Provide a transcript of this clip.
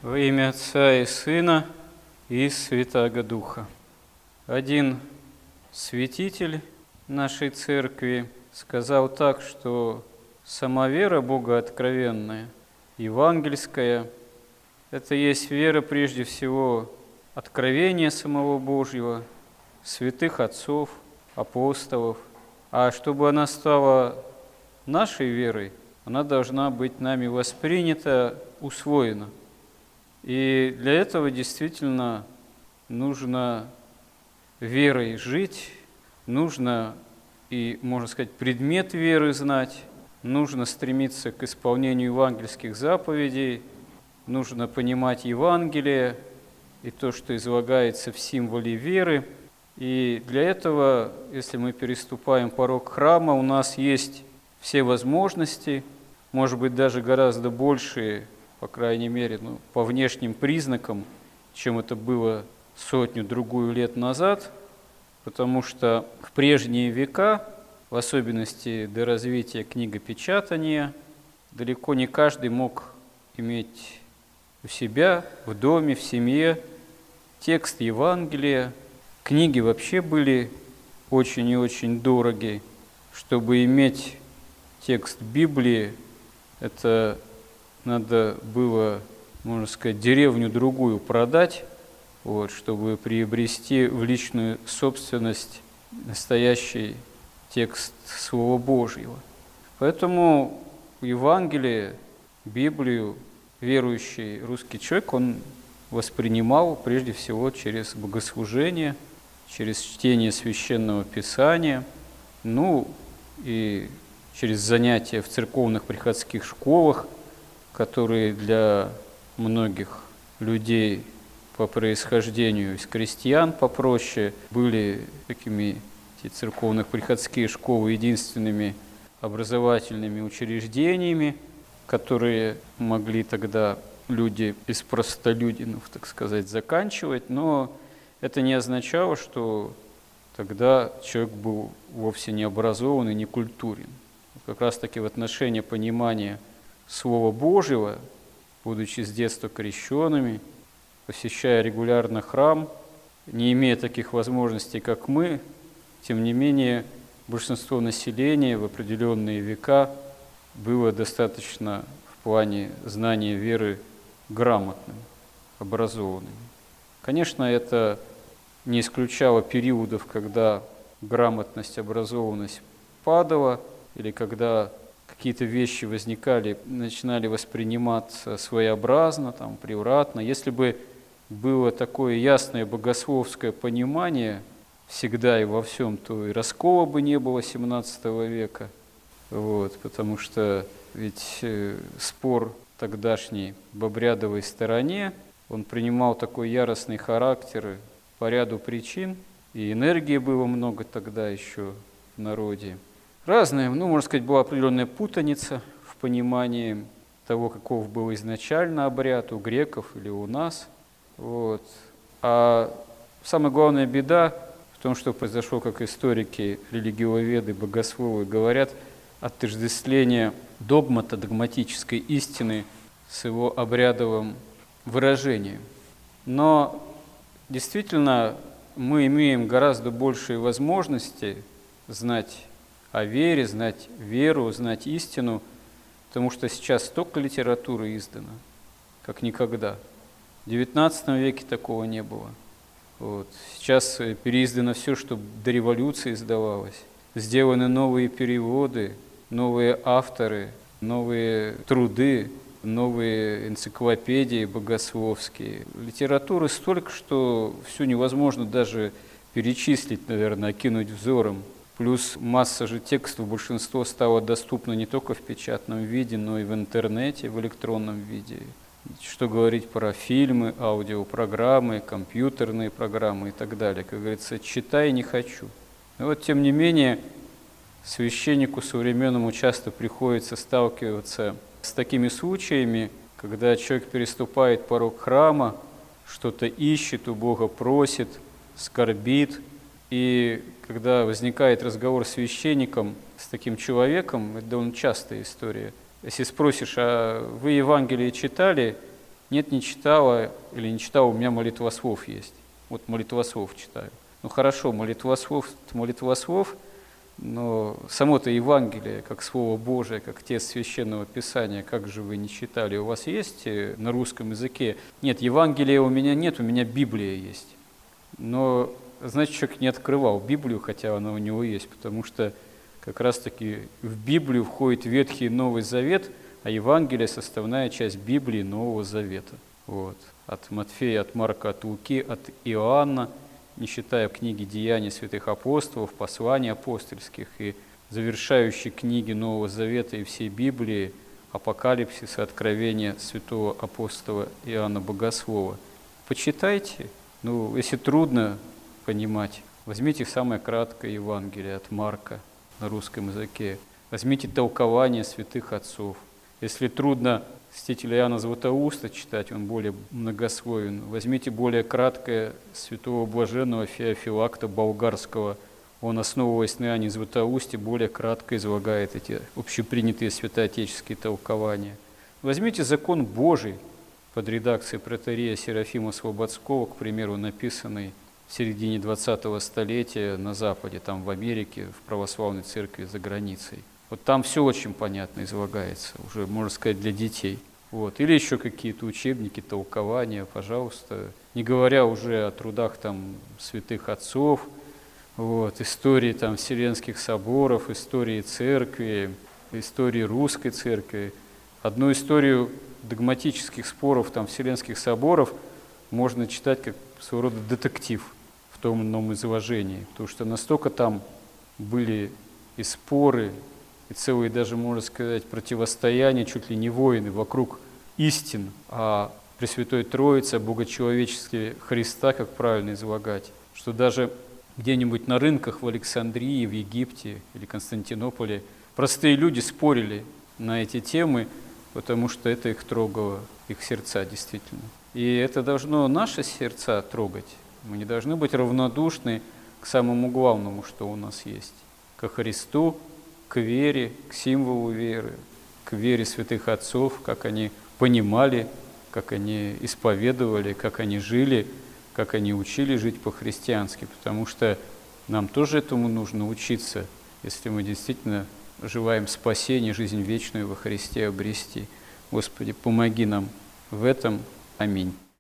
Во имя Отца и Сына и Святаго Духа. Один святитель нашей церкви сказал так, что сама вера богооткровенная, евангельская, это есть вера прежде всего откровения самого Божьего, святых отцов, апостолов. А чтобы она стала нашей верой, она должна быть нами воспринята, усвоена. И для этого действительно нужно верой жить, нужно и, можно сказать, предмет веры знать, нужно стремиться к исполнению евангельских заповедей, нужно понимать Евангелие и то, что излагается в символе веры. И для этого, если мы переступаем порог храма, у нас есть все возможности, может быть, даже гораздо большие, по крайней мере, по внешним признакам, чем это было сотню-другую лет назад, потому что в прежние века, в особенности до развития книгопечатания, далеко не каждый мог иметь у себя, в доме, в семье текст Евангелия. Книги вообще были очень и очень дороги. Чтобы иметь текст Библии, это надо было, можно сказать, деревню другую продать, чтобы приобрести в личную собственность настоящий текст Слова Божьего. Поэтому Евангелие, Библию верующий русский человек, он воспринимал прежде всего через богослужение, через чтение Священного Писания, и через занятия в церковных приходских школах, которые для многих людей по происхождению из крестьян попроще были такими, эти церковных приходские школы, единственными образовательными учреждениями, которые могли тогда люди из простолюдинов, так сказать, заканчивать, но это не означало, что тогда человек был вовсе не образован и не культурен. Как раз-таки в отношении понимания Слова Божьего, будучи с детства крещенными, посещая регулярно храм, не имея таких возможностей, как мы, тем не менее большинство населения в определенные века было достаточно в плане знания веры грамотным, образованным. Конечно, это не исключало периодов, когда грамотность, образованность падала, или когда какие-то вещи возникали, начинали восприниматься своеобразно, превратно. Если бы было такое ясное богословское понимание всегда и во всем, то и раскола бы не было XVII века. Потому что ведь спор тогдашний в обрядовой стороне, он принимал такой яростный характер по ряду причин, и энергии было много тогда еще в народе. Разные, можно сказать, была определенная путаница в понимании того, каков был изначально обряд у греков или у нас. А самая главная беда в том, что произошло, как историки, религиоведы, богословы говорят, отождествление догмата, догматической истины с его обрядовым выражением. Но действительно мы имеем гораздо большие возможности знать о вере, знать веру, знать истину, потому что сейчас столько литературы издано, как никогда. В XIX веке такого не было. Сейчас переиздано все, что до революции издавалось. Сделаны новые переводы, новые авторы, новые труды, новые энциклопедии богословские. Литературы столько, что всю невозможно даже перечислить, наверное, окинуть взором. Плюс масса же текстов, большинство стало доступно не только в печатном виде, но и в интернете, в электронном виде. Что говорить про фильмы, аудиопрограммы, компьютерные программы и так далее. Как говорится, читай не хочу. Но тем не менее, священнику современному часто приходится сталкиваться с такими случаями, когда человек переступает порог храма, что-то ищет, у Бога просит, скорбит. И когда возникает разговор с священником, с таким человеком, это довольно частая история. Если спросишь, а вы Евангелие читали? Нет, не читала или не читала, у меня молитвослов есть. Вот молитвослов читаю. Ну хорошо, молитвослов, но само-то Евангелие, как Слово Божие, как текст Священного Писания, как же вы не читали? У вас есть на русском языке? Нет, Евангелия у меня нет, у меня Библия есть. Но, значит, человек не открывал Библию, хотя она у него есть, потому что как раз-таки в Библию входит Ветхий и Новый Завет, а Евангелие – составная часть Библии Нового Завета. Вот. От Матфея, от Марка, от Луки, от Иоанна, не считая книги «Деяний святых апостолов», посланий апостольских и завершающей книги Нового Завета и всей Библии Апокалипсис и Откровение святого апостола Иоанна Богослова. Почитайте. Ну, если трудно понимать, возьмите самое краткое Евангелие от Марка на русском языке. Возьмите толкование святых отцов. Если трудно святителя Иоанна Златоуста читать, он более многословен, возьмите более краткое святого блаженного Феофилакта Болгарского. Он, основываясь на Иоанне Златоусте, более кратко излагает эти общепринятые святоотеческие толкования. Возьмите закон Божий под редакцией протоиерея Серафима Слободского, к примеру, написанный в середине 20-го столетия на Западе, там в Америке, в православной церкви за границей. Вот там все очень понятно излагается, уже, можно сказать, для детей. Вот. Или еще какие-то учебники, толкования, пожалуйста. Не говоря уже о трудах там святых отцов, вот, истории там Вселенских соборов, истории церкви, истории русской церкви. Одну историю догматических споров там Вселенских соборов можно читать как своего рода детектив в том или ином изложении, потому что настолько там были и споры, и целые даже, можно сказать, противостояния, чуть ли не войны вокруг истин о Пресвятой Троице, о богочеловечестве Христа, как правильно излагать, что даже где-нибудь на рынках в Александрии, в Египте или Константинополе простые люди спорили на эти темы, потому что это их трогало, их сердца действительно. И это должно наши сердца трогать. Мы не должны быть равнодушны к самому главному, что у нас есть, ко Христу, к вере, к символу веры, к вере святых отцов, как они понимали, как они исповедовали, как они жили, как они учили жить по-христиански, потому что нам тоже этому нужно учиться, если мы действительно желаем спасения, жизнь вечную во Христе обрести. Господи, помоги нам в этом. Аминь.